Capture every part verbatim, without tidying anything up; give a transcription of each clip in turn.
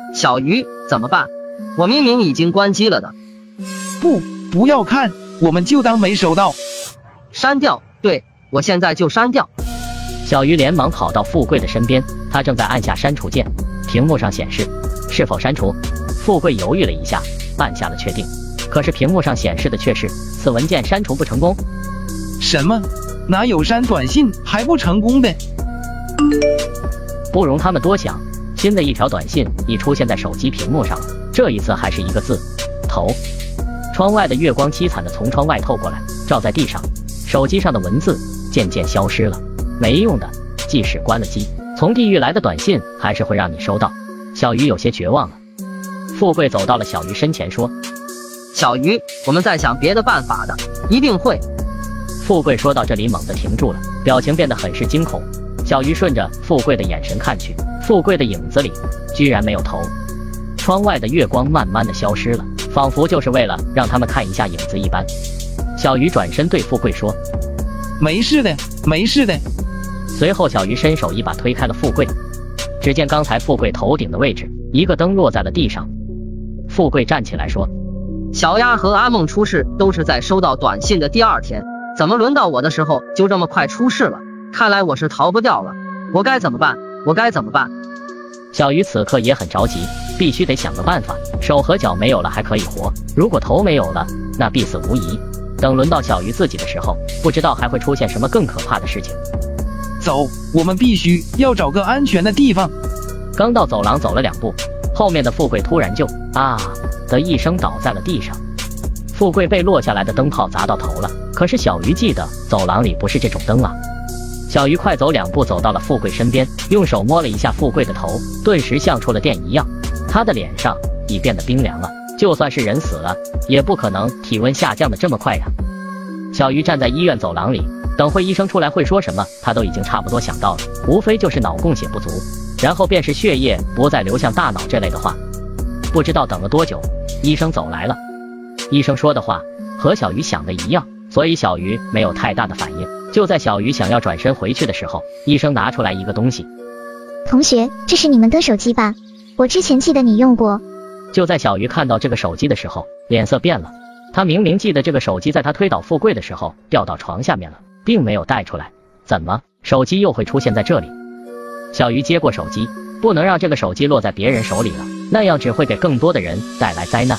小鱼，怎么办？我明明已经关机了的。 不，不要看，我们就当没收到。 删掉，对，我现在就删掉。 小鱼连忙跑到富贵的身边，他正在按下删除键，屏幕上显示是否删除。富贵犹豫了一下，按下了确定，可是屏幕上显示的却是此文件删除不成功。 什么？哪有删短信还不成功的？ 不容他们多想，新的一条短信已出现在手机屏幕上了，这一次还是一个字：头。窗外的月光凄惨地从窗外透过来，照在地上，手机上的文字渐渐消失了。没用的，即使关了机，从地狱来的短信还是会让你收到。小鱼有些绝望了。富贵走到了小鱼身前说： 小鱼，我们在想别的办法的，一定会。 富贵说到这里猛地停住了，表情变得很是惊恐。小鱼顺着富贵的眼神看去，富贵的影子里居然没有头。窗外的月光慢慢的消失了，仿佛就是为了让他们看一下影子一般。小鱼转身对富贵说： 没事的，没事的。 随后小鱼伸手一把推开了富贵，只见刚才富贵头顶的位置，一个灯落在了地上。富贵站起来说： 小鸭和阿梦出事都是在收到短信的第二天，怎么轮到我的时候就这么快出事了？看来我是逃不掉了，我该怎么办？我该怎么办？ 小鱼此刻也很着急，必须得想个办法，手和脚没有了还可以活，如果头没有了，那必死无疑。等轮到小鱼自己的时候，不知道还会出现什么更可怕的事情。 走，我们必须要找个安全的地方。 刚到走廊走了两步，后面的富贵突然就啊的一声倒在了地上。富贵被落下来的灯泡砸到头了，可是小鱼记得走廊里不是这种灯啊。小鱼快走两步走到了富贵身边，用手摸了一下富贵的头，顿时像触了电一样，他的脸上已变得冰凉了。就算是人死了，也不可能体温下降的这么快呀。小鱼站在医院走廊里，等会医生出来会说什么，他都已经差不多想到了，无非就是脑供血不足，然后便是血液不再流向大脑这类的话。不知道等了多久，医生走来了。医生说的话和小鱼想的一样，所以小鱼没有太大的反应。就在小鱼想要转身回去的时候，医生拿出来一个东西。 同学，这是你们的手机吧？我之前记得你用过。 就在小鱼看到这个手机的时候，脸色变了。他明明记得这个手机在他推倒富贵的时候掉到床下面了，并没有带出来，怎么手机又会出现在这里？小鱼接过手机，不能让这个手机落在别人手里了，那样只会给更多的人带来灾难。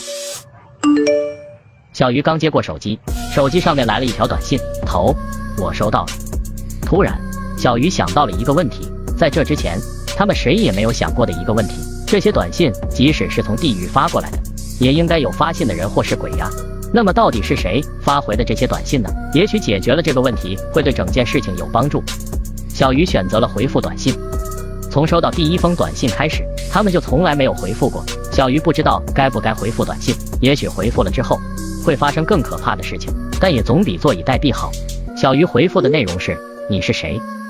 小鱼刚接过手机，手机上面来了一条短信：头，我收到了。突然，小鱼想到了一个问题，在这之前，他们谁也没有想过的一个问题。这些短信即使是从地狱发过来的，也应该有发信的人或是鬼呀。那么到底是谁发回的这些短信呢？也许解决了这个问题，会对整件事情有帮助。小鱼选择了回复短信。从收到第一封短信开始，他们就从来没有回复过。小鱼不知道该不该回复短信，也许回复了之后会发生更可怕的事情，但也总比坐以待毙好。小鱼回复的内容是：你是谁？